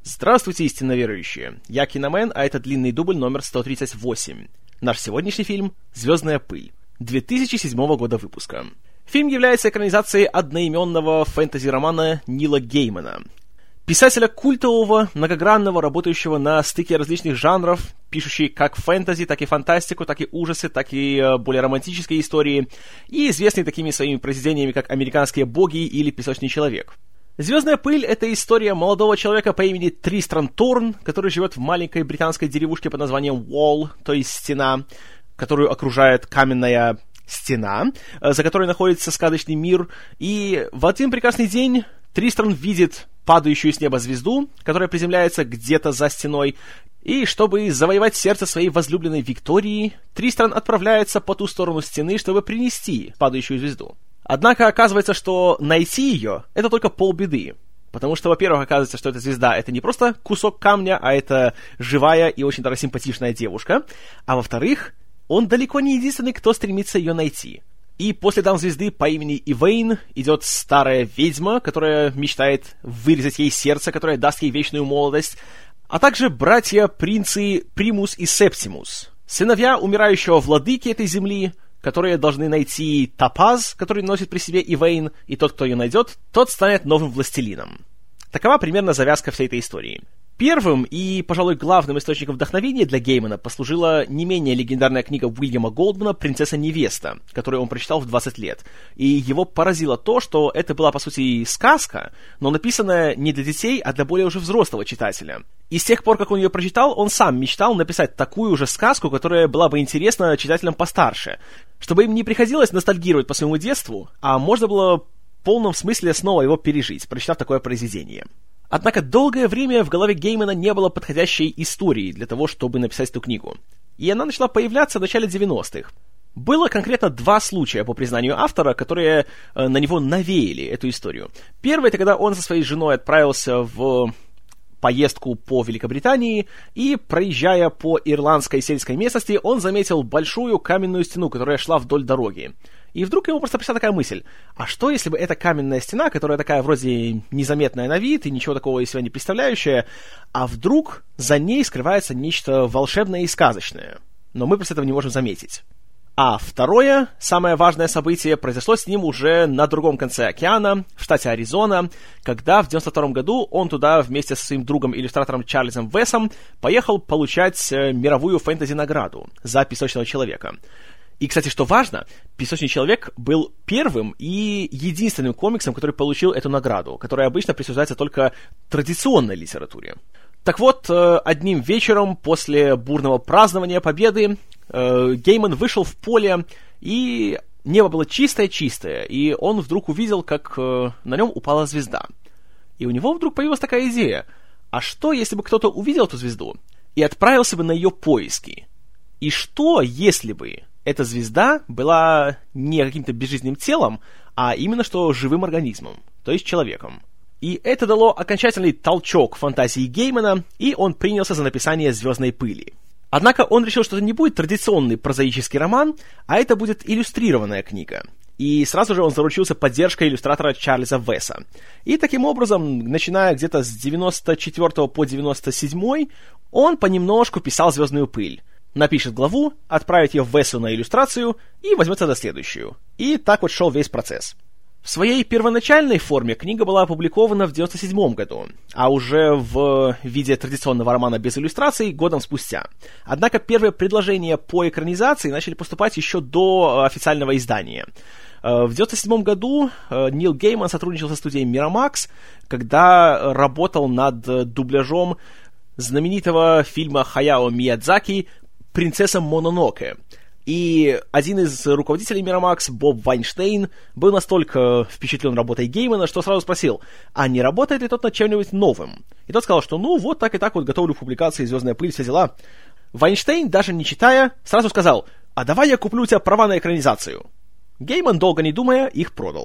Здравствуйте, истинно верующие! Я Киномен, а это длинный дубль номер 138. Наш сегодняшний фильм «Звездная пыль», 2007 года выпуска. Фильм является экранизацией одноименного фэнтези-романа Нила Геймана, писателя культового, многогранного, работающего на стыке различных жанров, пишущий как фэнтези, так и фантастику, так и ужасы, так и более романтические истории, и известный такими своими произведениями, как «Американские боги» или «Песочный человек». «Звездная пыль» — это история молодого человека по имени Тристран Торн, который живет в маленькой британской деревушке под названием Wall, то есть стена, которую окружает каменная стена, за которой находится сказочный мир, и в один прекрасный день Тристран видит падающую с неба звезду, которая приземляется где-то за стеной, и чтобы завоевать сердце своей возлюбленной Виктории, Тристран отправляется по ту сторону стены, чтобы принести падающую звезду. Однако оказывается, что найти ее — это только полбеды. Потому что, во-первых, оказывается, что эта звезда — это не просто кусок камня, а это живая и очень даже симпатичная девушка. А во-вторых, он далеко не единственный, кто стремится ее найти. И по следам звезды по имени Ивейн идет старая ведьма, которая мечтает вырезать ей сердце, которое даст ей вечную молодость, а также братья-принцы Примус и Септимус, сыновья умирающего владыки этой земли, которые должны найти топаз, который носит при себе Ивейн, и тот, кто ее найдет, тот станет новым властелином. Такова примерно завязка всей этой истории. Первым и, пожалуй, главным источником вдохновения для Геймана послужила не менее легендарная книга Уильяма Голдмана «Принцесса-невеста», которую он прочитал в 20 лет. И его поразило то, что это была, по сути, сказка, но написанная не для детей, а для более уже взрослого читателя. И с тех пор, как он ее прочитал, он сам мечтал написать такую же сказку, которая была бы интересна читателям постарше, чтобы им не приходилось ностальгировать по своему детству, а можно было в полном смысле снова его пережить, прочитав такое произведение. Однако долгое время в голове Геймана не было подходящей истории для того, чтобы написать эту книгу. И она начала появляться в начале 90-х. Было конкретно два случая, по признанию автора, которые на него навеяли эту историю. Первый — это когда он со своей женой отправился в поездку по Великобритании, и, проезжая по ирландской сельской местности, он заметил большую каменную стену, которая шла вдоль дороги. И вдруг ему просто пришла такая мысль: а что, если бы эта каменная стена, которая такая вроде незаметная на вид и ничего такого из себя не представляющая, а вдруг за ней скрывается нечто волшебное и сказочное? Но мы просто этого не можем заметить. А второе, самое важное событие, произошло с ним уже на другом конце океана, в штате Аризона, когда в 92 году он туда вместе со своим другом-иллюстратором Чарльзом Весом поехал получать мировую фэнтези-награду за «Песочного человека». И, кстати, что важно, «Песочный человек» был первым и единственным комиксом, который получил эту награду, которая обычно присуждается только традиционной литературе. Так вот, одним вечером после бурного празднования победы Гейман вышел в поле, и небо было чистое-чистое, и он вдруг увидел, как на нем упала звезда. И у него вдруг появилась такая идея: а что, если бы кто-то увидел эту звезду и отправился бы на ее поиски? И что, если бы эта звезда была не каким-то безжизненным телом, а именно что живым организмом, то есть человеком? И это дало окончательный толчок фантазии Геймана, и он принялся за написание «Звездной пыли». Однако он решил, что это не будет традиционный прозаический роман, а это будет иллюстрированная книга. И сразу же он заручился поддержкой иллюстратора Чарльза Веса. И таким образом, начиная где-то с 94 по 97, он понемножку писал «Звездную пыль». Напишет главу, отправит ее Весу на иллюстрацию и возьмется за следующую. И так вот шел весь процесс. В своей первоначальной форме книга была опубликована в 97 году, а уже в виде традиционного романа без иллюстраций годом спустя. Однако первые предложения по экранизации начали поступать еще до официального издания. В 1997 году Нил Гейман сотрудничал со студией Miramax, когда работал над дубляжом знаменитого фильма Хаяо Миядзаки «Принцесса Мононоке». И один из руководителей Miramax, Боб Вайнштейн, был настолько впечатлен работой Геймана, что сразу спросил, а не работает ли тот над чем-нибудь новым? И тот сказал, что ну вот так и так вот готовлю к публикации «Звездная пыль», все дела. Вайнштейн, даже не читая, сразу сказал: а давай я куплю у тебя права на экранизацию. Гейман, долго не думая, их продал.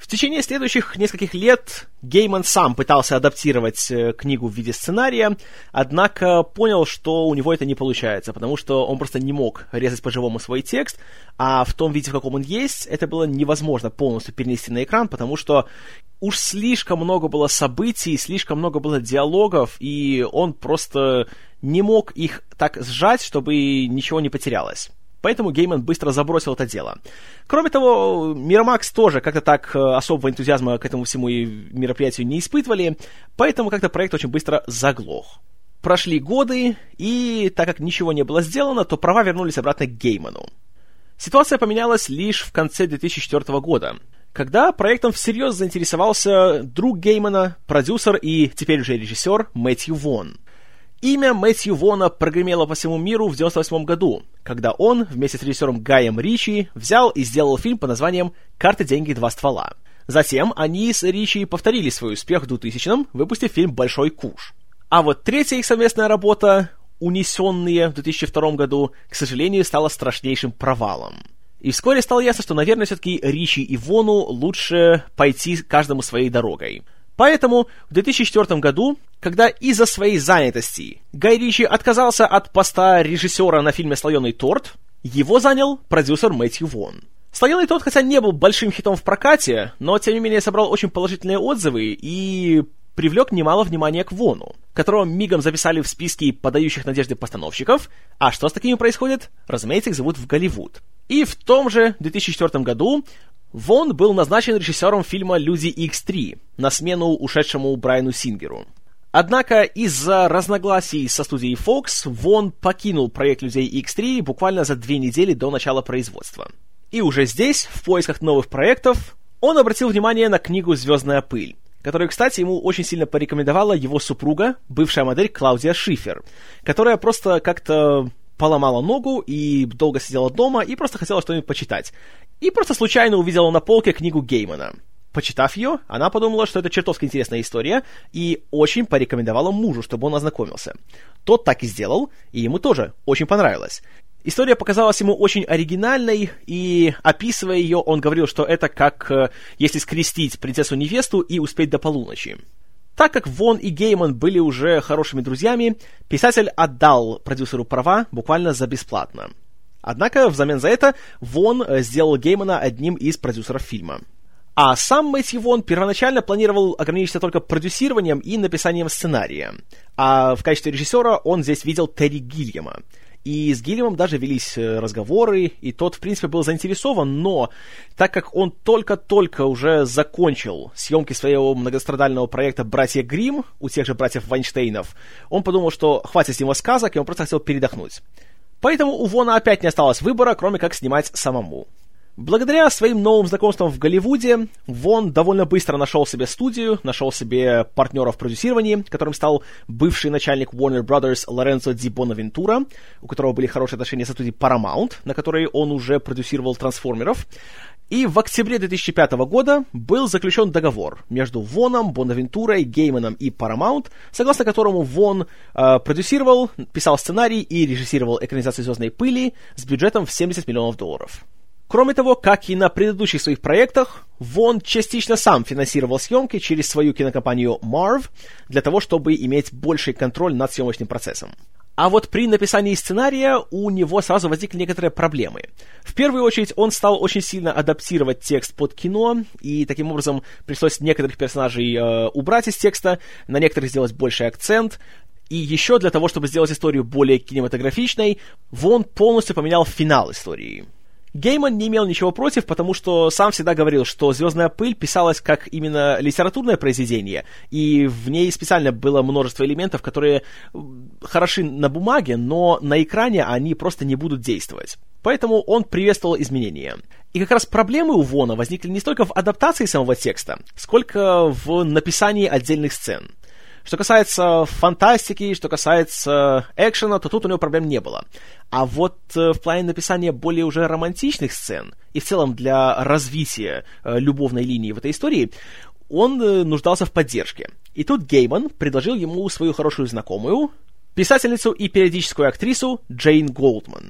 В течение следующих нескольких лет Гейман сам пытался адаптировать книгу в виде сценария, однако понял, что у него это не получается, потому что он просто не мог резать по-живому свой текст, а в том виде, в каком он есть, это было невозможно полностью перенести на экран, потому что уж слишком много было событий, слишком много было диалогов, и он просто не мог их так сжать, чтобы ничего не потерялось. Поэтому Гейман быстро забросил это дело. Кроме того, Miramax тоже как-то так особого энтузиазма к этому всему мероприятию не испытывали, поэтому как-то проект очень быстро заглох. Прошли годы, и так как ничего не было сделано, то права вернулись обратно к Гейману. Ситуация поменялась лишь в конце 2004 года, когда проектом всерьез заинтересовался друг Геймана, продюсер и теперь уже режиссер Мэтью Вон. Имя Мэтью Вона прогремело по всему миру в 1998 году, когда он вместе с режиссером Гаем Ричи взял и сделал фильм под названием «Карты, деньги, два ствола». Затем они с Ричи повторили свой успех в 2000-м, выпустив фильм «Большой куш». А вот третья их совместная работа, «Унесенные» в 2002 году, к сожалению, стала страшнейшим провалом. И вскоре стало ясно, что, наверное, все-таки Ричи и Вону лучше пойти каждому своей дорогой. Поэтому в 2004 году, когда из-за своей занятости Гай Ричи отказался от поста режиссера на фильме «Слоеный торт», его занял продюсер Мэтью Вон. «Слоеный торт», хотя не был большим хитом в прокате, но, тем не менее, собрал очень положительные отзывы и привлек немало внимания к Вону, которого мигом записали в списки подающих надежды постановщиков. А что с такими происходит? Разумеется, их зовут в Голливуд. И в том же 2004 году Вон был назначен режиссером фильма «Люди Икс-3» на смену ушедшему Брайану Сингеру. Однако из-за разногласий со студией Fox Вон покинул проект «Людей Икс-3» буквально за 2 недели до начала производства. И уже здесь, в поисках новых проектов, он обратил внимание на книгу «Звездная пыль», которую, кстати, ему очень сильно порекомендовала его супруга, бывшая модель Клаудия Шифер, которая просто как-то поломала ногу и долго сидела дома и просто хотела что-нибудь почитать. И просто случайно увидела на полке книгу Геймана. Почитав ее, она подумала, что это чертовски интересная история, и очень порекомендовала мужу, чтобы он ознакомился. Тот так и сделал, и ему тоже очень понравилось. История показалась ему очень оригинальной, и, описывая ее, он говорил, что это как если скрестить принцессу-невесту и успеть до полуночи. Так как Вон и Гейман были уже хорошими друзьями, писатель отдал продюсеру права буквально за бесплатно. Однако, взамен за это, Вон сделал Геймана одним из продюсеров фильма. А сам Мэтью Вон первоначально планировал ограничиться только продюсированием и написанием сценария. А в качестве режиссера он здесь видел Терри Гиллиама. И с Гиллиамом даже велись разговоры, и тот, в принципе, был заинтересован, но так как он только-только уже закончил съемки своего многострадального проекта «Братья Гримм» у тех же братьев Вайнштейнов, он подумал, что хватит с него сказок, и он просто хотел передохнуть. Поэтому у Вона опять не осталось выбора, кроме как снимать самому. Благодаря своим новым знакомствам в Голливуде, Вон довольно быстро нашел себе студию, нашел себе партнера в продюсировании, которым стал бывший начальник Warner Brothers Лоренцо Ди Бонавентура, у которого были хорошие отношения со студией Paramount, на которой он уже продюсировал «Трансформеров». И в октябре 2005 года был заключен договор между Воном, Бонавентурой, Гейманом и Paramount, согласно которому Вон продюсировал, писал сценарий и режиссировал экранизацию «Звездной пыли» с бюджетом в $70 миллионов. Кроме того, как и на предыдущих своих проектах, Вон частично сам финансировал съемки через свою кинокомпанию Marv для того, чтобы иметь больший контроль над съемочным процессом. А вот при написании сценария у него сразу возникли некоторые проблемы. В первую очередь, он стал очень сильно адаптировать текст под кино, и таким образом пришлось некоторых персонажей убрать из текста, на некоторых сделать больший акцент. И еще для того, чтобы сделать историю более кинематографичной, Вон полностью поменял финал истории. Гейман не имел ничего против, потому что сам всегда говорил, что «Звездная пыль» писалась как именно литературное произведение, и в ней специально было множество элементов, которые хороши на бумаге, но на экране они просто не будут действовать. Поэтому он приветствовал изменения. И как раз проблемы у Вона возникли не столько в адаптации самого текста, сколько в написании отдельных сцен. Что касается фантастики, что касается экшена, то тут у него проблем не было. А вот в плане написания более уже романтичных сцен и в целом для развития любовной линии в этой истории он нуждался в поддержке. И тут Гейман предложил ему свою хорошую знакомую, писательницу и периодическую актрису Джейн Голдман.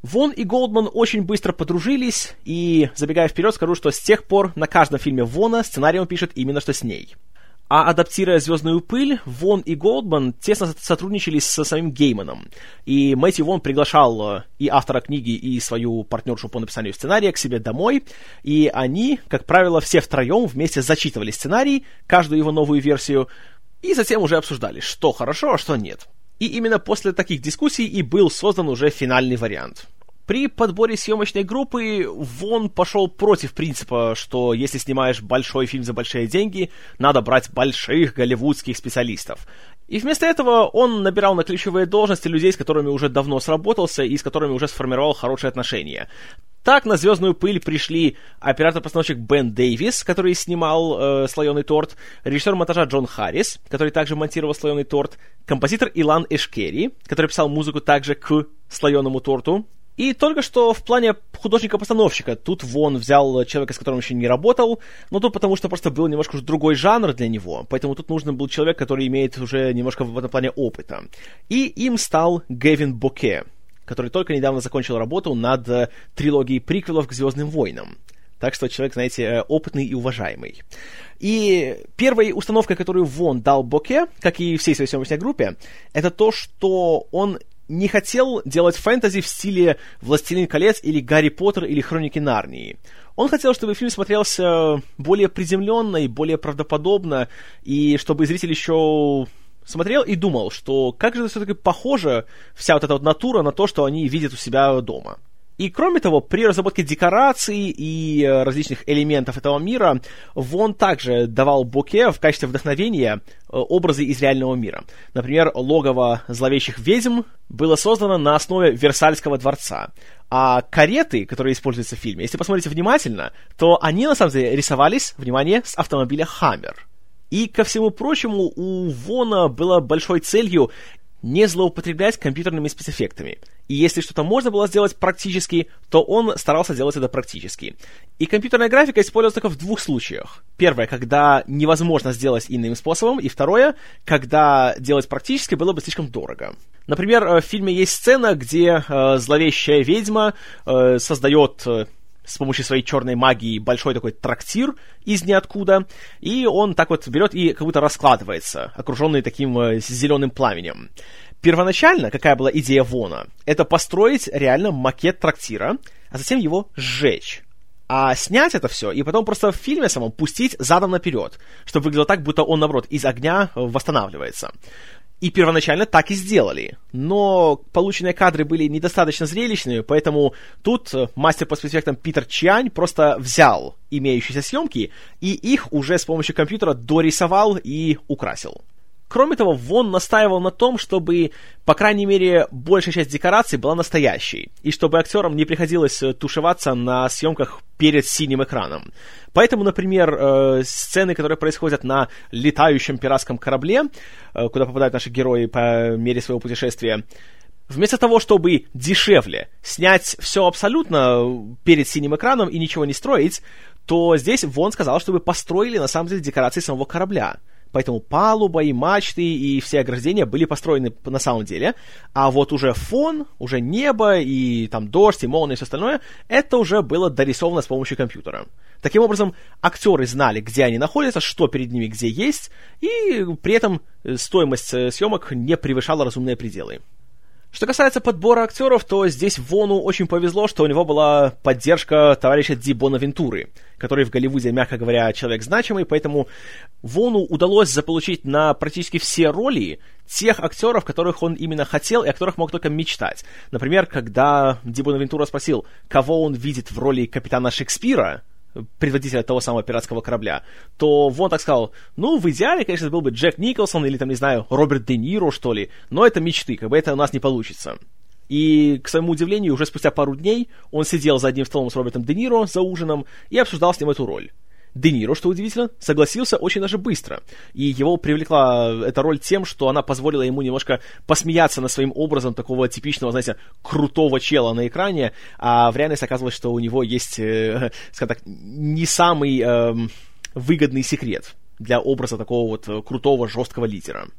Вон и Голдман очень быстро подружились, и, забегая вперед, скажу, что с тех пор на каждом фильме Вона сценарий он пишет именно что с ней. А адаптируя «Звездную пыль», Вон и Голдман тесно сотрудничали с самим Гейманом. И Мэтью Вон приглашал и автора книги, и свою партнершу по написанию сценария к себе домой. И они, как правило, все втроем вместе зачитывали сценарий, каждую его новую версию, и затем уже обсуждали, что хорошо, а что нет. И именно после таких дискуссий и был создан уже финальный вариант. При подборе съемочной группы Вон пошел против принципа, что если снимаешь большой фильм за большие деньги, надо брать больших голливудских специалистов. И вместо этого он набирал на ключевые должности людей, с которыми уже давно сработался и с которыми уже сформировал хорошие отношения. Так на «Звездную пыль» пришли оператор-постановщик Бен Дэвис, который снимал «Слоеный торт», режиссер монтажа Джон Харрис, который также монтировал «Слоеный торт», композитор Илан Эшкери, который писал музыку также к «Слоеному торту». И только что в плане художника-постановщика тут Вон взял человека, с которым еще не работал, но тут потому что просто был немножко уже другой жанр для него, поэтому тут нужен был человек, который имеет уже немножко в этом плане опыта. И им стал Гэвин Боке, который только недавно закончил работу над трилогией приквелов к «Звездным войнам». Так что человек, знаете, опытный и уважаемый. И первой установкой, которую Вон дал Боке, как и всей своей съемочной группе, это то, что он не хотел делать фэнтези в стиле «Властелин колец» или «Гарри Поттер» или «Хроники Нарнии». Он хотел, чтобы фильм смотрелся более приземленно и более правдоподобно, и чтобы зритель еще смотрел и думал, что как же это все-таки похоже, вся вот эта вот натура, на то, что они видят у себя дома. И кроме того, при разработке декораций и различных элементов этого мира Вон также давал Боке в качестве вдохновения образы из реального мира. Например, логово зловещих ведьм было создано на основе Версальского дворца. А кареты, которые используются в фильме, если посмотрите внимательно, то они на самом деле рисовались, внимание, с автомобиля «Хаммер». И, ко всему прочему, у Вона было большой целью не злоупотреблять компьютерными спецэффектами. И если что-то можно было сделать практически, то он старался делать это практически. И компьютерная графика использовалась только в двух случаях. Первое, когда невозможно сделать иным способом, и второе, когда делать практически было бы слишком дорого. Например, в фильме есть сцена, где зловещая ведьма создает с помощью своей черной магии большой такой трактир из ниоткуда, и он так вот берет и как будто раскладывается, окруженный таким зеленым пламенем. Первоначально, какая была идея Вона, это построить реально макет трактира, а затем его сжечь. А снять это все, и потом просто в фильме самом пустить задом наперед, чтобы выглядело так, будто он, наоборот, из огня восстанавливается. И первоначально так и сделали. Но полученные кадры были недостаточно зрелищными, поэтому тут мастер по спецэффектам Питер Чиань просто взял имеющиеся съемки и их уже с помощью компьютера дорисовал и украсил. Кроме того, Вон настаивал на том, чтобы, по крайней мере, большая часть декораций была настоящей, и чтобы актерам не приходилось тушеваться на съемках перед синим экраном. Поэтому, например, сцены, которые происходят на летающем пиратском корабле, куда попадают наши герои по мере своего путешествия, вместо того, чтобы дешевле снять все абсолютно перед синим экраном и ничего не строить, то здесь Вон сказал, чтобы построили на самом деле декорации самого корабля. Поэтому палуба и мачты и все ограждения были построены на самом деле, а вот уже фон, уже небо и там дождь и молния и все остальное, это уже было дорисовано с помощью компьютера. Таким образом, актеры знали, где они находятся, что перед ними где есть, и при этом стоимость съемок не превышала разумные пределы. Что касается подбора актеров, то здесь Вону очень повезло, что у него была поддержка товарища Ди Бонавентуры, который в Голливуде, мягко говоря, человек значимый, поэтому Вону удалось заполучить на практически все роли тех актеров, которых он именно хотел и о которых мог только мечтать. Например, когда Ди Бонавентура спросил, кого он видит в роли капитана Шекспира, предводителя того самого пиратского корабля, то Вон так сказал, ну, в идеале, конечно, был бы Джек Николсон или, там, не знаю, Роберт Де Ниро, что ли, но это мечты, как бы это у нас не получится. И, к своему удивлению, уже спустя пару дней он сидел за одним столом с Робертом Де Ниро за ужином и обсуждал с ним эту роль. Де Ниро, что удивительно, согласился очень даже быстро, и его привлекла эта роль тем, что она позволила ему немножко посмеяться над своим образом такого типичного, знаете, крутого чела на экране, а в реальности оказалось, что у него есть, скажем так, не самый выгодный секрет для образа такого вот крутого, жесткого лидера.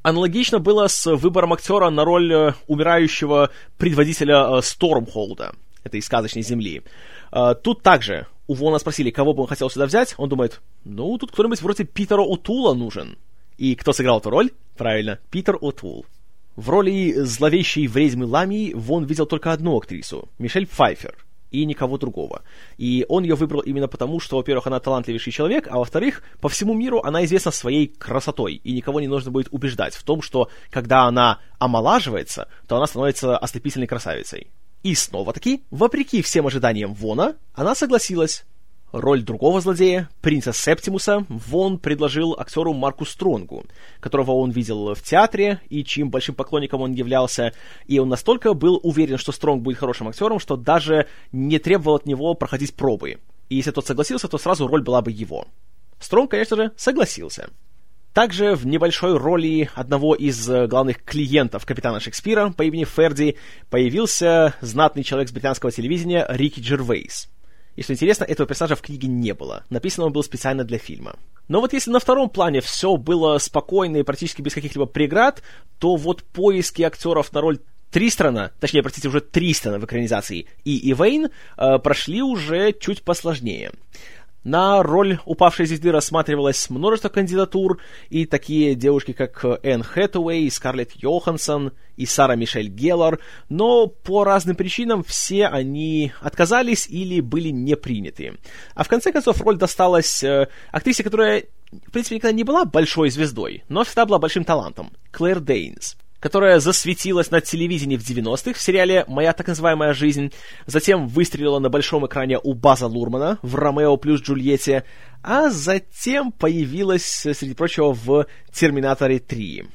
Аналогично было с выбором актера на роль умирающего предводителя Стормхолда, этой сказочной земли. Тут также у Вона спросили, кого бы он хотел сюда взять. Он думает, тут кто-нибудь вроде Питера О'Тула нужен. И кто сыграл эту роль? Правильно, Питер О'Тул. В роли зловещей ведьмы Ламии Вон видел только одну актрису, Мишель Пфайффер, и никого другого. И он ее выбрал именно потому, что, во-первых, она талантливейший человек, а во-вторых, по всему миру она известна своей красотой, и никого не нужно будет убеждать в том, что когда она омолаживается, то она становится ослепительной красавицей. И снова-таки, вопреки всем ожиданиям Вона, она согласилась. Роль другого злодея, принца Септимуса, Вон предложил актеру Марку Стронгу, которого он видел в театре и чьим большим поклонником он являлся, и он настолько был уверен, что Стронг будет хорошим актером, что даже не требовал от него проходить пробы. И если тот согласился, то сразу роль была бы его. Стронг, конечно же, согласился. Также в небольшой роли одного из главных клиентов капитана Шекспира по имени Ферди появился знатный человек с британского телевидения Рики Джервейс. Если интересно, этого персонажа в книге не было. Написан он был специально для фильма. Но вот если на втором плане все было спокойно и практически без каких-либо преград, то вот поиски актеров на роль Тристана, точнее, простите, уже Тристана в экранизации, и Ивейн прошли уже чуть посложнее. На роль упавшей звезды рассматривалось множество кандидатур, и такие девушки, как Энн Хэтэуэй, Скарлетт Йоханссон и Сара Мишель Геллар, но по разным причинам все они отказались или были не приняты. А в конце концов роль досталась актрисе, которая, в принципе, никогда не была большой звездой, но всегда была большим талантом, Клэр Дейнс, которая засветилась на телевидении в 90-х в сериале «Моя так называемая жизнь», затем выстрелила на большом экране у База Лурмана в «Ромео плюс Джульетте», а затем появилась, среди прочего, в «Терминаторе 3».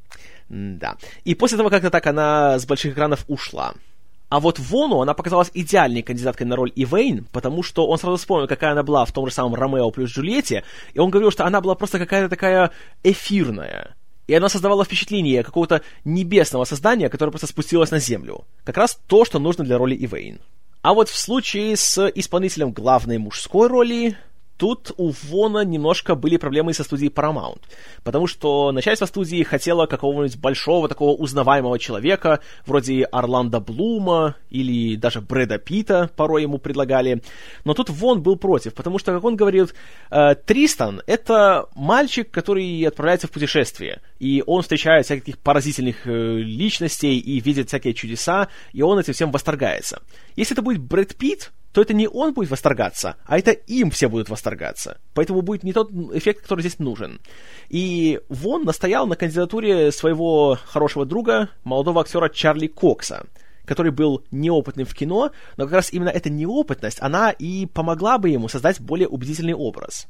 Да. И после того, как-то так она с больших экранов ушла. А вот Вону она показалась идеальной кандидаткой на роль Ивейн, потому что он сразу вспомнил, какая она была в том же самом «Ромео плюс Джульетте», и он говорил, что она была просто какая-то такая эфирная. И она создавала впечатление какого-то небесного создания, которое просто спустилось на землю. Как раз то, что нужно для роли Ивейн. А вот в случае с исполнителем главной мужской роли, тут у Вона немножко были проблемы со студией Paramount, потому что начальство студии хотело какого-нибудь большого такого узнаваемого человека, вроде Орландо Блума или даже Брэда Питта порой ему предлагали, но тут Вон был против, потому что, как он говорит, Тристан — это мальчик, который отправляется в путешествие, и он встречает всяких поразительных личностей и видит всякие чудеса, и он этим всем восторгается. Если это будет Брэд Питт, то это не он будет восторгаться, а это им все будут восторгаться. Поэтому будет не тот эффект, который здесь нужен. И Вон настоял на кандидатуре своего хорошего друга, молодого актера Чарли Кокса, который был неопытным в кино, но как раз именно эта неопытность, она и помогла бы ему создать более убедительный образ.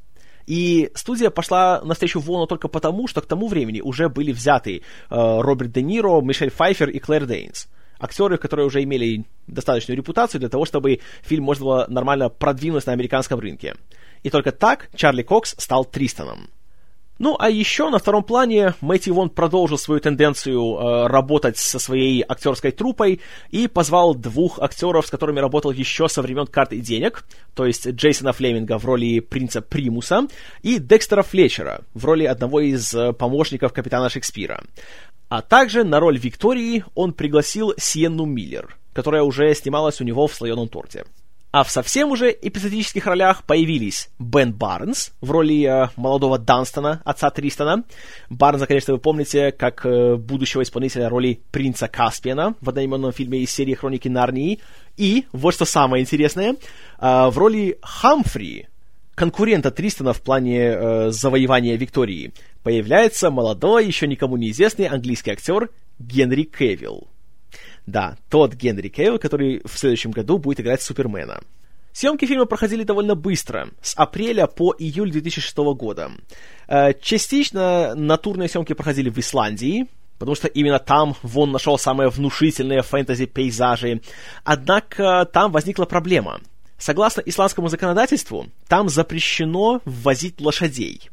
И студия пошла навстречу Вону только потому, что к тому времени уже были взяты Роберт Де Ниро, Мишель Пфайффер и Клэр Дейнс. Актеры, которые уже имели достаточную репутацию для того, чтобы фильм можно было нормально продвинуть на американском рынке. И только так Чарли Кокс стал Тристаном. Ну, а еще на втором плане Мэтью Вон продолжил свою тенденцию работать со своей актерской труппой и позвал двух актеров, с которыми работал еще со времен «Карт и денег», то есть Джейсона Флеминга в роли принца Примуса и Декстера Флетчера в роли одного из помощников капитана Шекспира. А также на роль Виктории он пригласил Сиенну Миллер, которая уже снималась у него в «Слоеном торте». А в совсем уже эпизодических ролях появились Бен Барнс в роли молодого Данстона, отца Тристана. Барнса, конечно, вы помните, как будущего исполнителя роли принца Каспиана в одноименном фильме из серии «Хроники Нарнии». И, вот что самое интересное, в роли Хамфри, конкурента Тристана в плане завоевания Виктории, появляется молодой, еще никому неизвестный английский актер Генри Кевилл. Да, тот Генри Кевилл, который в следующем году будет играть Супермена. Съемки фильма проходили довольно быстро, с апреля по июль 2006 года. Частично натурные съемки проходили в Исландии, потому что именно там Вон нашел самые внушительные фэнтези-пейзажи. Однако там возникла проблема. Согласно исландскому законодательству, там запрещено ввозить лошадей.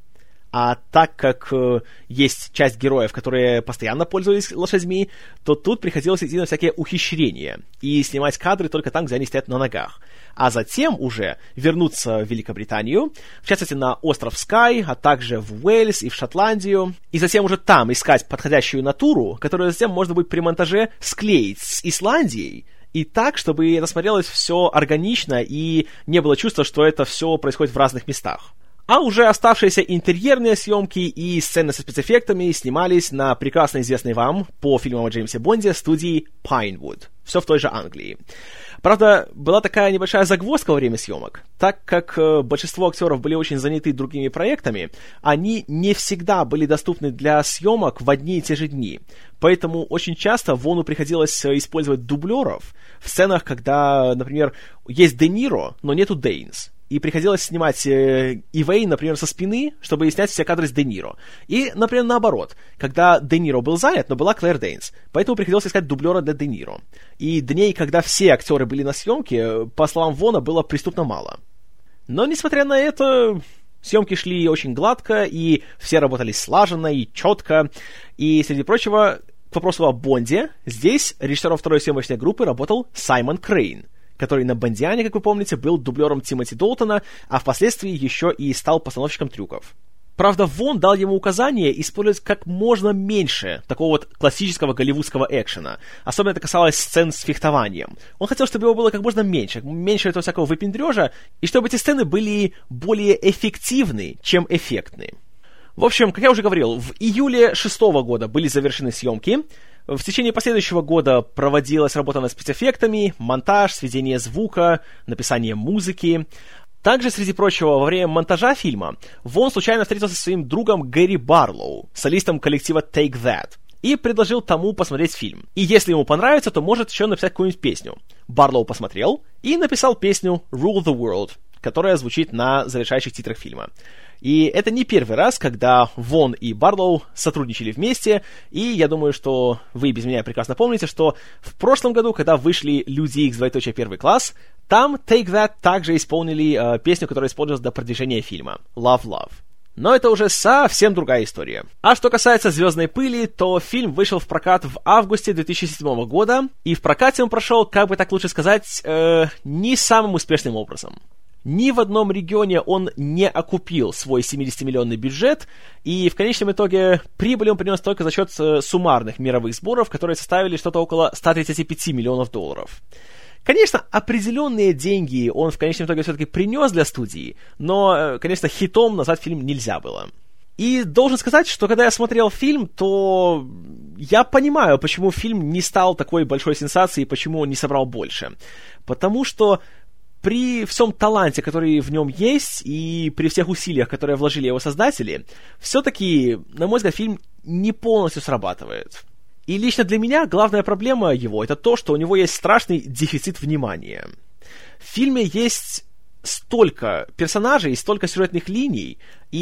А так как есть часть героев, которые постоянно пользовались лошадьми, то тут приходилось идти на всякие ухищрения и снимать кадры только там, где они стоят на ногах. А затем уже вернуться в Великобританию, в частности на остров Скай, а также в Уэльс и в Шотландию, и затем уже там искать подходящую натуру, которую затем можно будет при монтаже склеить с Исландией, и так, чтобы это смотрелось все органично и не было чувства, что это все происходит в разных местах. А уже оставшиеся интерьерные съемки и сцены со спецэффектами снимались на прекрасно известной вам по фильмам о Джеймсе Бонде студии Pinewood. Все в той же Англии. Правда, была такая небольшая загвоздка во время съемок. Так как большинство актеров были очень заняты другими проектами, они не всегда были доступны для съемок в одни и те же дни. Поэтому очень часто Вону приходилось использовать дублеров в сценах, когда, например, есть Де Ниро, но нету Дейнс. И приходилось снимать Ивейн, например, со спины, чтобы снять все кадры с Де Ниро. И, например, наоборот, когда Де Ниро был занят, но была Клэр Дейнс. Поэтому приходилось искать дублера для Де Ниро. И дней, когда все актеры были на съемке, по словам Вона, было преступно мало. Но, несмотря на это, съемки шли очень гладко, и все работали слаженно и четко. И, среди прочего, к вопросу о Бонде, здесь режиссером второй съемочной группы работал Саймон Крейн, который на «Бондиане», как вы помните, был дублером Тимоти Долтона, а впоследствии еще и стал постановщиком трюков. Правда, Вон дал ему указание использовать как можно меньше такого вот классического голливудского экшена. Особенно это касалось сцен с фехтованием. Он хотел, чтобы его было как можно меньше этого всякого выпендрежа, и чтобы эти сцены были более эффективны, чем эффектны. В общем, как я уже говорил, в июле 2006 года были завершены съемки. В течение последующего года проводилась работа над спецэффектами, монтаж, сведение звука, написание музыки. Также, среди прочего, во время монтажа фильма Вон случайно встретился со своим другом Гэри Барлоу, солистом коллектива Take That, и предложил тому посмотреть фильм. И если ему понравится, то может еще написать какую-нибудь песню. Барлоу посмотрел и написал песню «Rule the World», которая звучит на завершающих титрах фильма. И это не первый раз, когда Вон и Барлоу сотрудничали вместе, и я думаю, что вы без меня прекрасно помните, что в прошлом году, когда вышли Люди Икс «Первый класс», там Take That также исполнили песню, которая использовалась для продвижения фильма «Love, Love». Но это уже совсем другая история. А что касается «Звездной пыли», то фильм вышел в прокат в августе 2007 года, и в прокате он прошел, как бы так лучше сказать, не самым успешным образом. Ни в одном регионе он не окупил свой 70-миллионный бюджет, и в конечном итоге прибыль он принес только за счет суммарных мировых сборов, которые составили что-то около 135 миллионов долларов. Конечно, определенные деньги он в конечном итоге все-таки принес для студии, но, конечно, хитом назвать фильм нельзя было. И должен сказать, что когда я смотрел фильм, то я понимаю, почему фильм не стал такой большой сенсацией, почему он не собрал больше. Потому что при всем таланте, который в нем есть, и при всех усилиях, которые вложили его создатели, все-таки, на мой взгляд, фильм не полностью срабатывает. И лично для меня главная проблема его — это то, что у него есть страшный дефицит внимания. В фильме есть столько персонажей, столько сюжетных линий,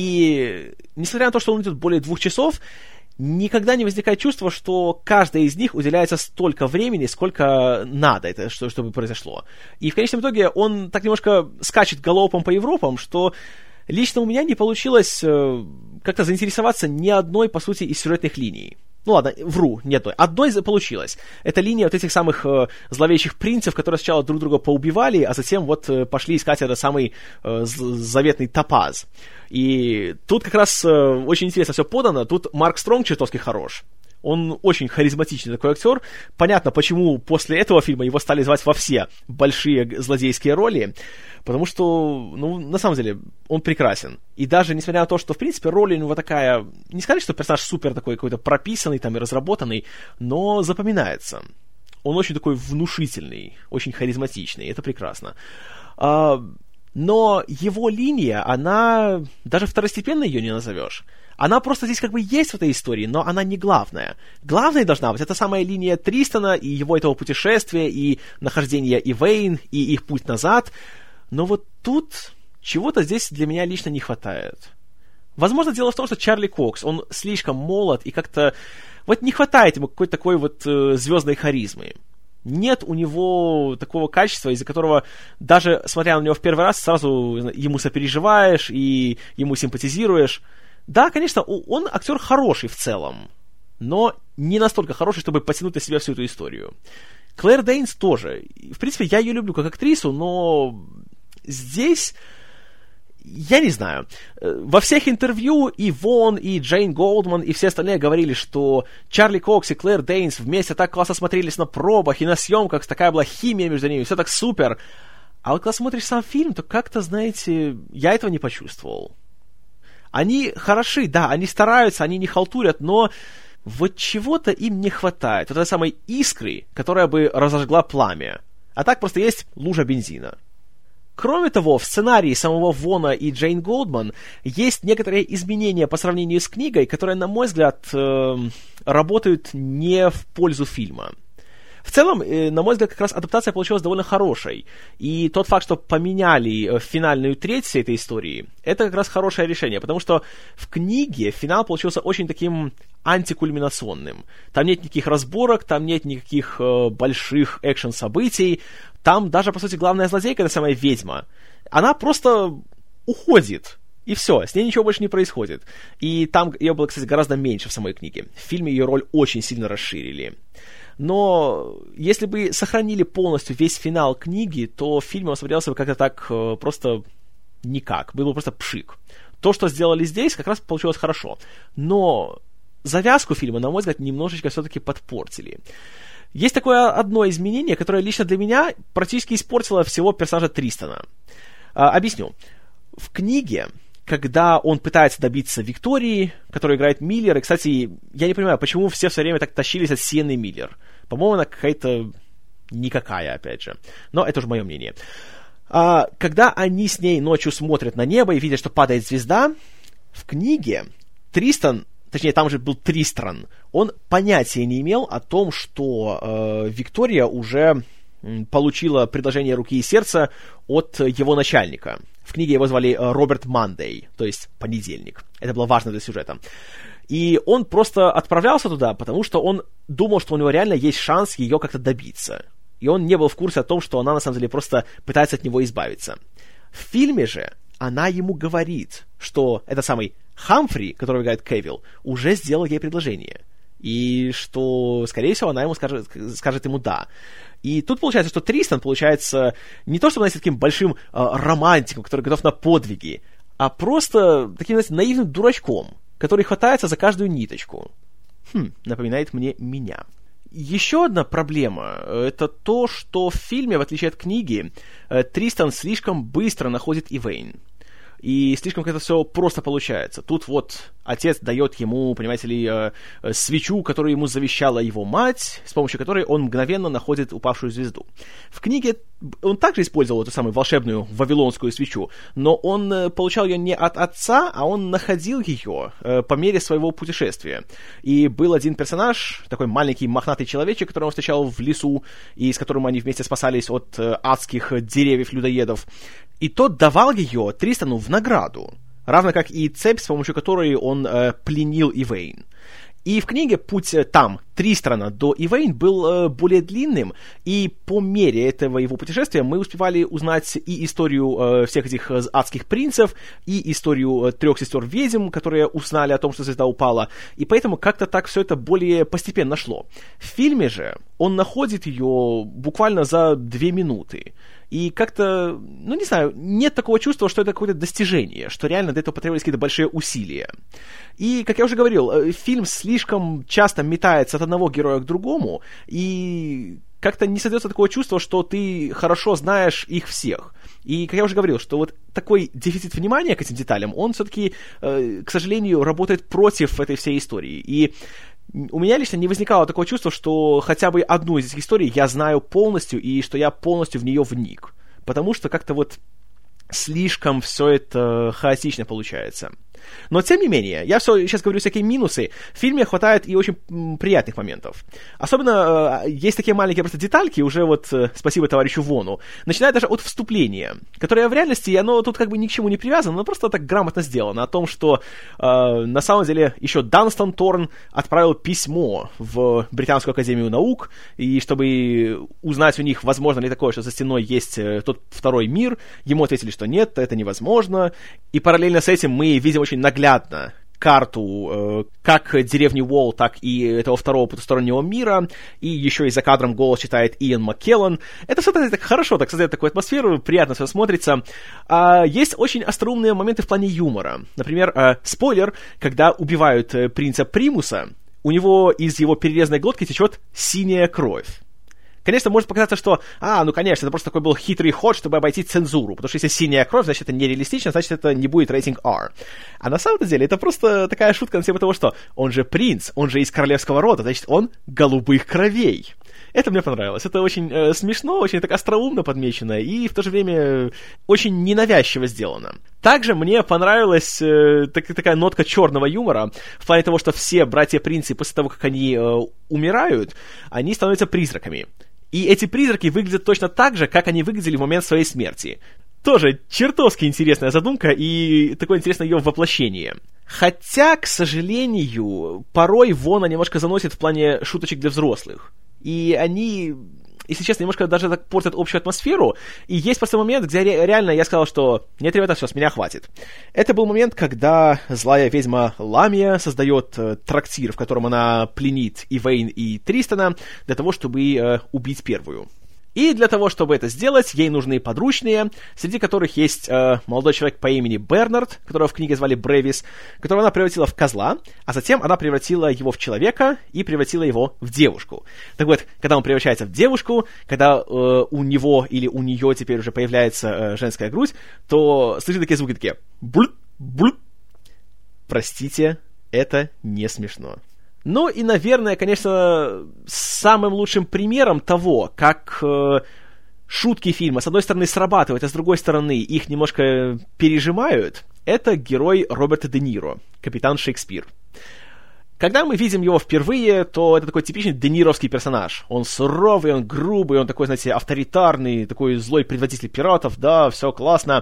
и несмотря на то, что он идет более 2 часов, никогда не возникает чувства, что каждая из них уделяется столько времени, сколько надо, это, чтобы произошло. И в конечном итоге он так немножко скачет галопом по Европам, что лично у меня не получилось как-то заинтересоваться ни одной, по сути, из сюжетных линий. Ну ладно, вру, не одной. Одной получилось. Это линия вот этих самых зловещих принцев, которые сначала друг друга поубивали, а затем вот пошли искать этот самый заветный топаз. И тут как раз очень интересно все подано. Тут Марк Стронг чертовски хорош. Он очень харизматичный такой актер. Понятно, почему после этого фильма его стали звать во все большие злодейские роли. Потому что, ну, на самом деле, он прекрасен. И даже несмотря на то, что, в принципе, роль у него такая... Не сказать, что персонаж супер такой какой-то прописанный там и разработанный, но запоминается. Он очень такой внушительный, очень харизматичный. Это прекрасно. Но его линия, она... Даже второстепенной ее не назовешь. Она просто здесь как бы есть в этой истории, но она не главная. Главной должна быть эта самая линия Тристана и его этого путешествия, и нахождения Ивейн, и их путь назад. Но вот тут чего-то здесь для меня лично не хватает. Возможно, дело в том, что Чарли Кокс, он слишком молод, и как-то... Вот не хватает ему какой-то такой вот звездной харизмы. Нет у него такого качества, из-за которого даже смотря на него в первый раз, сразу ему сопереживаешь и ему симпатизируешь. Да, конечно, он актер хороший в целом, но не настолько хороший, чтобы потянуть на себя всю эту историю. Клэр Дейнс тоже. В принципе, я ее люблю как актрису, но здесь... Я не знаю. Во всех интервью и Вон, и Джейн Голдман, и все остальные говорили, что Чарли Кокс и Клэр Дейнс вместе так классно смотрелись на пробах и на съемках, такая была химия между ними, все так супер. А вот когда смотришь сам фильм, то как-то, знаете, я этого не почувствовал. Они хороши, да, они стараются, они не халтурят, но вот чего-то им не хватает. Вот этой самой искры, которая бы разожгла пламя. А так просто есть лужа бензина. Кроме того, в сценарии самого Вона и Джейн Голдман есть некоторые изменения по сравнению с книгой, которые, на мой взгляд, работают не в пользу фильма. В целом, на мой взгляд, как раз адаптация получилась довольно хорошей. И тот факт, что поменяли финальную треть всей этой истории, это как раз хорошее решение, потому что в книге финал получился очень таким антикульминационным. Там нет никаких разборок, там нет никаких больших экшн-событий. Там даже, по сути, главная злодейка, эта самая ведьма, она просто уходит. И все, с ней ничего больше не происходит. И там ее было, кстати, гораздо меньше в самой книге. В фильме ее роль очень сильно расширили. Но если бы сохранили полностью весь финал книги, то фильм он смотрелся бы как-то так просто никак. Был бы просто пшик. То, что сделали здесь, как раз получилось хорошо. Но завязку фильма, на мой взгляд, немножечко все-таки подпортили. Есть такое одно изменение, которое лично для меня практически испортило всего персонажа Тристана. Объясню. В книге, когда он пытается добиться Виктории, которую играет Миллер, и, кстати, я не понимаю, почему все время так тащились от Сиенны Миллер. По-моему, она какая-то никакая, опять же. Но это уже мое мнение. Когда они с ней ночью смотрят на небо и видят, что падает звезда, в книге Тристан, точнее, там же был Тристран, он понятия не имел о том, что Виктория уже получила предложение руки и сердца от его начальника. В книге его звали Роберт Мандей, то есть понедельник. Это было важно для сюжета. И он просто отправлялся туда, потому что он думал, что у него реально есть шанс ее как-то добиться. И он не был в курсе о том, что она на самом деле просто пытается от него избавиться. В фильме же она ему говорит, что этот самый Хамфри, которого играет Кевилл, уже сделал ей предложение. И что, скорее всего, она ему скажет ему «да». И тут получается, что Тристан получается не то, чтобы, знаете, таким большим романтиком, который готов на подвиги, а просто таким, знаете, наивным дурачком, который хватается за каждую ниточку. Напоминает мне меня. Еще одна проблема — это то, что в фильме, в отличие от книги, Тристан слишком быстро находит Ивейн. И слишком как-то все просто получается. Тут вот отец дает ему, понимаете ли, свечу, которую ему завещала его мать, с помощью которой он мгновенно находит упавшую звезду. В книге он также использовал эту самую волшебную вавилонскую свечу, но он получал ее не от отца, а он находил ее по мере своего путешествия. И был один персонаж, такой маленький мохнатый человечек, которого он встречал в лесу, и с которым они вместе спасались от адских деревьев-людоедов. И тот давал ее Тристану в награду, равно как и цепь, с помощью которой он пленил Ивейн. И в книге путь там, Тристана до Ивейн, был более длинным, и по мере этого его путешествия мы успевали узнать и историю всех этих адских принцев, и историю 3 сестер-ведьм, которые узнали о том, что звезда упала, и поэтому как-то так все это более постепенно шло. В фильме же он находит ее буквально за 2 минуты. И как-то, не знаю, нет такого чувства, что это какое-то достижение, что реально для этого потребовались какие-то большие усилия. И, как я уже говорил, фильм слишком часто метается от одного героя к другому, и как-то не создается такого чувства, что ты хорошо знаешь их всех. И, как я уже говорил, что вот такой дефицит внимания к этим деталям, он все-таки, к сожалению, работает против этой всей истории. И у меня лично не возникало такого чувства, что хотя бы одну из этих историй я знаю полностью, и что я полностью в нее вник. Потому что как-то вот слишком все это хаотично получается. Но, тем не менее, я все сейчас говорю всякие минусы. В фильме хватает и очень приятных моментов. Особенно есть такие маленькие просто детальки, уже вот спасибо товарищу Вону, начиная даже от вступления, которое в реальности, оно тут как бы ни к чему не привязано, но просто так грамотно сделано, о том, что на самом деле еще Данстон Торн отправил письмо в Британскую академию наук, и чтобы узнать у них, возможно ли такое, что за стеной есть тот второй мир, ему ответили, что нет, это невозможно, и параллельно с этим мы видим очень наглядно, карту как деревни Уолл, так и этого второго потустороннего мира, и еще и за кадром голос читает Иэн Маккеллан. Это все так хорошо, так создает такую атмосферу, приятно все смотрится. Есть очень остроумные моменты в плане юмора. Например, спойлер, когда убивают принца Примуса, у него из его перерезанной глотки течет синяя кровь. Конечно, может показаться, что, ну, конечно, это просто такой был хитрый ход, чтобы обойти цензуру, потому что если синяя кровь, значит, это нереалистично, значит, это не будет рейтинг R. А на самом деле, это просто такая шутка на тему того, что он же принц, он же из королевского рода, значит, он голубых кровей. Это мне понравилось. Это очень смешно, очень так остроумно подмечено и в то же время очень ненавязчиво сделано. Также мне понравилась такая нотка черного юмора в плане того, что все братья-принцы после того, как они умирают, они становятся призраками. И эти призраки выглядят точно так же, как они выглядели в момент своей смерти. Тоже чертовски интересная задумка и такое интересное ее воплощение. Хотя, к сожалению, порой Вона немножко заносит в плане шуточек для взрослых. И они, если честно, немножко даже так портят общую атмосферу. И есть просто момент, где реально я сказал, что нет, ребята, все, с меня хватит. Это был момент, когда злая ведьма Ламия создает трактир, в котором она пленит Ивейн и Тристана для того, чтобы убить первую. И для того, чтобы это сделать, ей нужны подручные, среди которых есть молодой человек по имени Бернард, которого в книге звали Бревис, которого она превратила в козла, а затем она превратила его в человека и превратила его в девушку. Так вот, когда он превращается в девушку, когда у него или у нее теперь уже появляется женская грудь, то слышны такие звуки, такие «блюп, блюп». Простите, это не смешно. Ну и, наверное, конечно, самым лучшим примером того, как шутки фильма, с одной стороны, срабатывают, а с другой стороны, их немножко пережимают, это герой Роберта Де Ниро, капитан Шекспир. Когда мы видим его впервые, то это такой типичный денировский персонаж. Он суровый, он грубый, он такой, знаете, авторитарный, такой злой предводитель пиратов, да, все классно.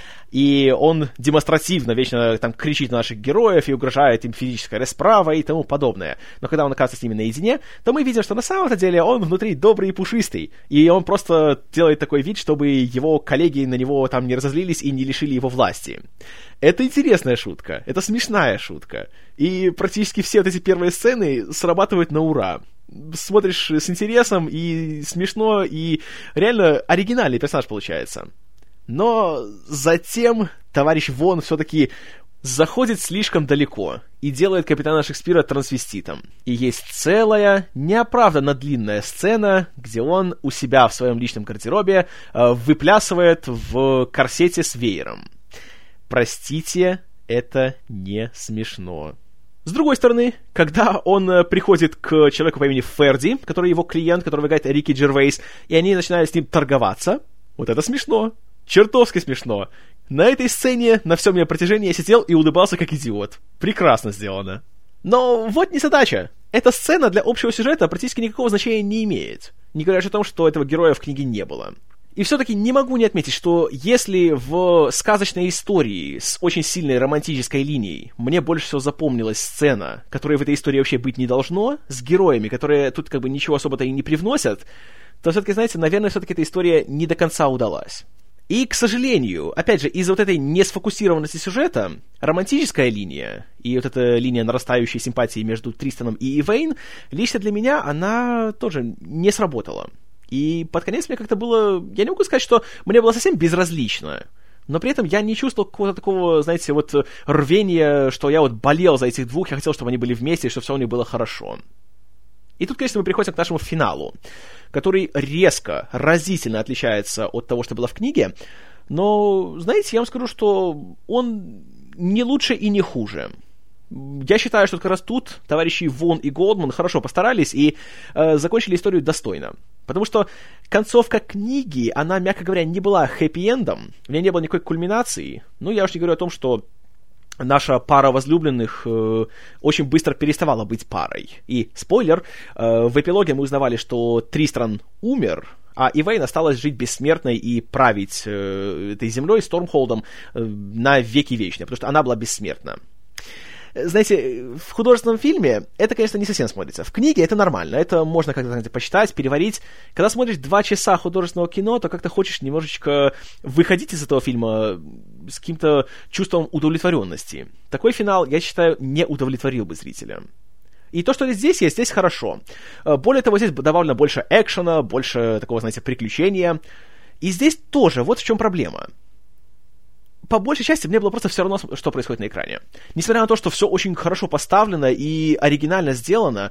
И он демонстративно вечно там кричит на наших героев и угрожает им физической расправой и тому подобное. Но когда он оказывается с ними наедине, то мы видим, что на самом деле он внутри добрый и пушистый. И он просто делает такой вид, чтобы его коллеги на него там не разозлились и не лишили его власти. Это интересная шутка, это смешная шутка. И практически все вот эти первые сцены срабатывают на ура. Смотришь с интересом, и смешно, и реально оригинальный персонаж получается. Но затем товарищ Вон все-таки заходит слишком далеко и делает капитана Шекспира трансвеститом. И есть целая, неоправданно длинная сцена, где он у себя в своем личном гардеробе выплясывает в корсете с веером. Простите, это не смешно. С другой стороны, когда он приходит к человеку по имени Ферди, который его клиент, которого играет Рики Джервейс, и они начинают с ним торговаться, вот это смешно. Чертовски смешно. На этой сцене на всем ее протяжении я сидел и улыбался как идиот. Прекрасно сделано. Но вот незадача. Эта сцена для общего сюжета практически никакого значения не имеет. Не говоря о том, что этого героя в книге не было. И все-таки не могу не отметить, что если в сказочной истории с очень сильной романтической линией мне больше всего запомнилась сцена, которой в этой истории вообще быть не должно, с героями, которые тут как бы ничего особо-то и не привносят, то все-таки, знаете, наверное, все-таки эта история не до конца удалась. И, к сожалению, опять же, из-за вот этой несфокусированности сюжета, романтическая линия и вот эта линия нарастающей симпатии между Тристаном и Ивейн, лично для меня она тоже не сработала. И под конец мне как-то было... Я не могу сказать, что мне было совсем безразлично, но при этом я не чувствовал какого-то такого, знаете, вот рвения, что я вот болел за этих двух, я хотел, чтобы они были вместе, и чтобы все у них было хорошо. И тут, конечно, мы приходим к нашему финалу, который резко, разительно отличается от того, что было в книге, но, знаете, я вам скажу, что он не лучше и не хуже. Я считаю, что как раз тут товарищи Вон и Голдман хорошо постарались и закончили историю достойно. Потому что концовка книги, она, мягко говоря, не была хэппи-эндом, в ней не было никакой кульминации. Ну, я уж не говорю о том, что наша пара возлюбленных очень быстро переставала быть парой. И, спойлер, в эпилоге мы узнавали, что Тристран умер, а Ивейн осталась жить бессмертной и править этой землей, Стормхолдом, на веки вечные, потому что она была бессмертна. знаете, в художественном фильме это, конечно, не совсем смотрится. В книге это нормально, это можно как-то, знаете, почитать, переварить. Когда смотришь 2 часа художественного кино, то как-то хочешь немножечко выходить из этого фильма с каким-то чувством удовлетворенности. Такой финал, я считаю, не удовлетворил бы зрителя. И то, что здесь есть, здесь хорошо. Более того, здесь довольно больше экшена, больше такого, знаете, приключения. И здесь тоже, вот в чем проблема. По большей части мне было просто все равно, что происходит на экране. Несмотря на то, что все очень хорошо поставлено и оригинально сделано,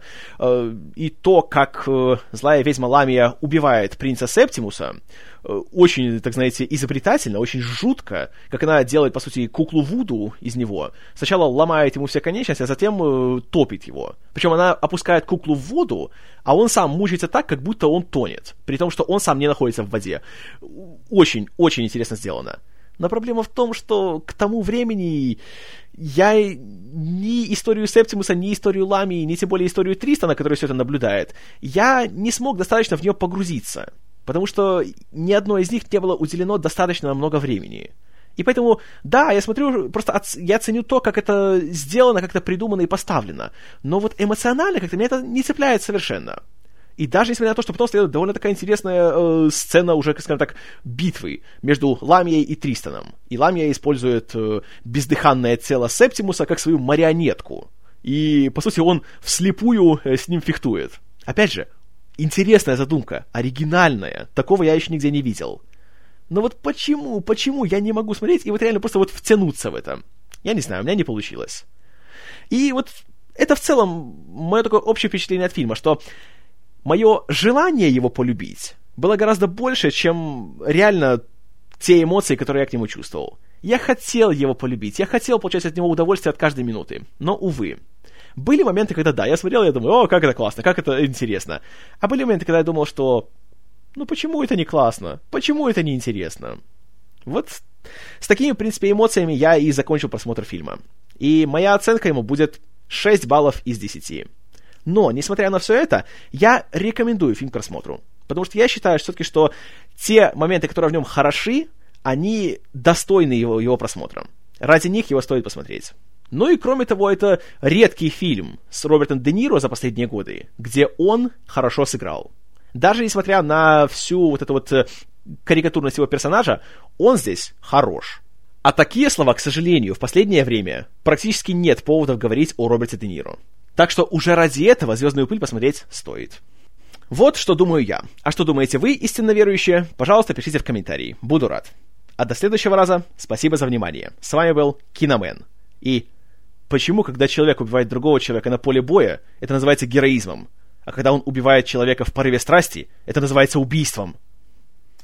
и то, как злая ведьма Ламия убивает принца Септимуса, очень, так знаете, изобретательно, очень жутко, как она делает, по сути, куклу Вуду из него. Сначала ломает ему все конечности, а затем топит его. Причем она опускает куклу в воду, а он сам мучается так, как будто он тонет, при том, что он сам не находится в воде. Очень интересно сделано. Но проблема в том, что к тому времени я ни историю Септимуса, ни историю Ламии, ни тем более историю Тристана, который все это наблюдает, я не смог достаточно в нее погрузиться, потому что ни одной из них не было уделено достаточно много времени. И поэтому, да, я смотрю, просто я ценю то, как это сделано, как это придумано и поставлено, но вот эмоционально как-то меня это не цепляет совершенно. И даже несмотря на то, что потом следует довольно такая интересная сцена уже, скажем так, битвы между Ламией и Тристаном. И Ламия использует бездыханное тело Септимуса как свою марионетку. И, по сути, он вслепую с ним фехтует. Опять же, интересная задумка, оригинальная. Такого я еще нигде не видел. Но вот почему я не могу смотреть и вот реально просто вот втянуться в это? Я не знаю, у меня не получилось. И вот это в целом мое такое общее впечатление от фильма, что мое желание его полюбить было гораздо больше, чем реально те эмоции, которые я к нему чувствовал. Я хотел его полюбить, я хотел получать от него удовольствие от каждой минуты, но, увы. Были моменты, когда, да, я смотрел, я думаю, о, как это классно, как это интересно. А были моменты, когда я думал, что, ну почему это не классно, почему это не интересно? Вот с такими, в принципе, эмоциями я и закончил просмотр фильма. И моя оценка ему будет 6 баллов из 10. Но, несмотря на все это, я рекомендую фильм к просмотру. Потому что я считаю все-таки, что те моменты, которые в нем хороши, они достойны его просмотра. Ради них его стоит посмотреть. Ну и кроме того, это редкий фильм с Робертом Де Ниро за последние годы, где он хорошо сыграл. Даже несмотря на всю вот эту вот карикатурность его персонажа, он здесь хорош. А такие слова, к сожалению, в последнее время практически нет поводов говорить о Роберте Де Ниро. Так что уже ради этого «Звездную пыль» посмотреть стоит. Вот что думаю я. А что думаете вы, истинно верующие? Пожалуйста, пишите в комментарии. Буду рад. А до следующего раза спасибо за внимание. С вами был Киномен. И почему, когда человек убивает другого человека на поле боя, это называется героизмом? А когда он убивает человека в порыве страсти, это называется убийством?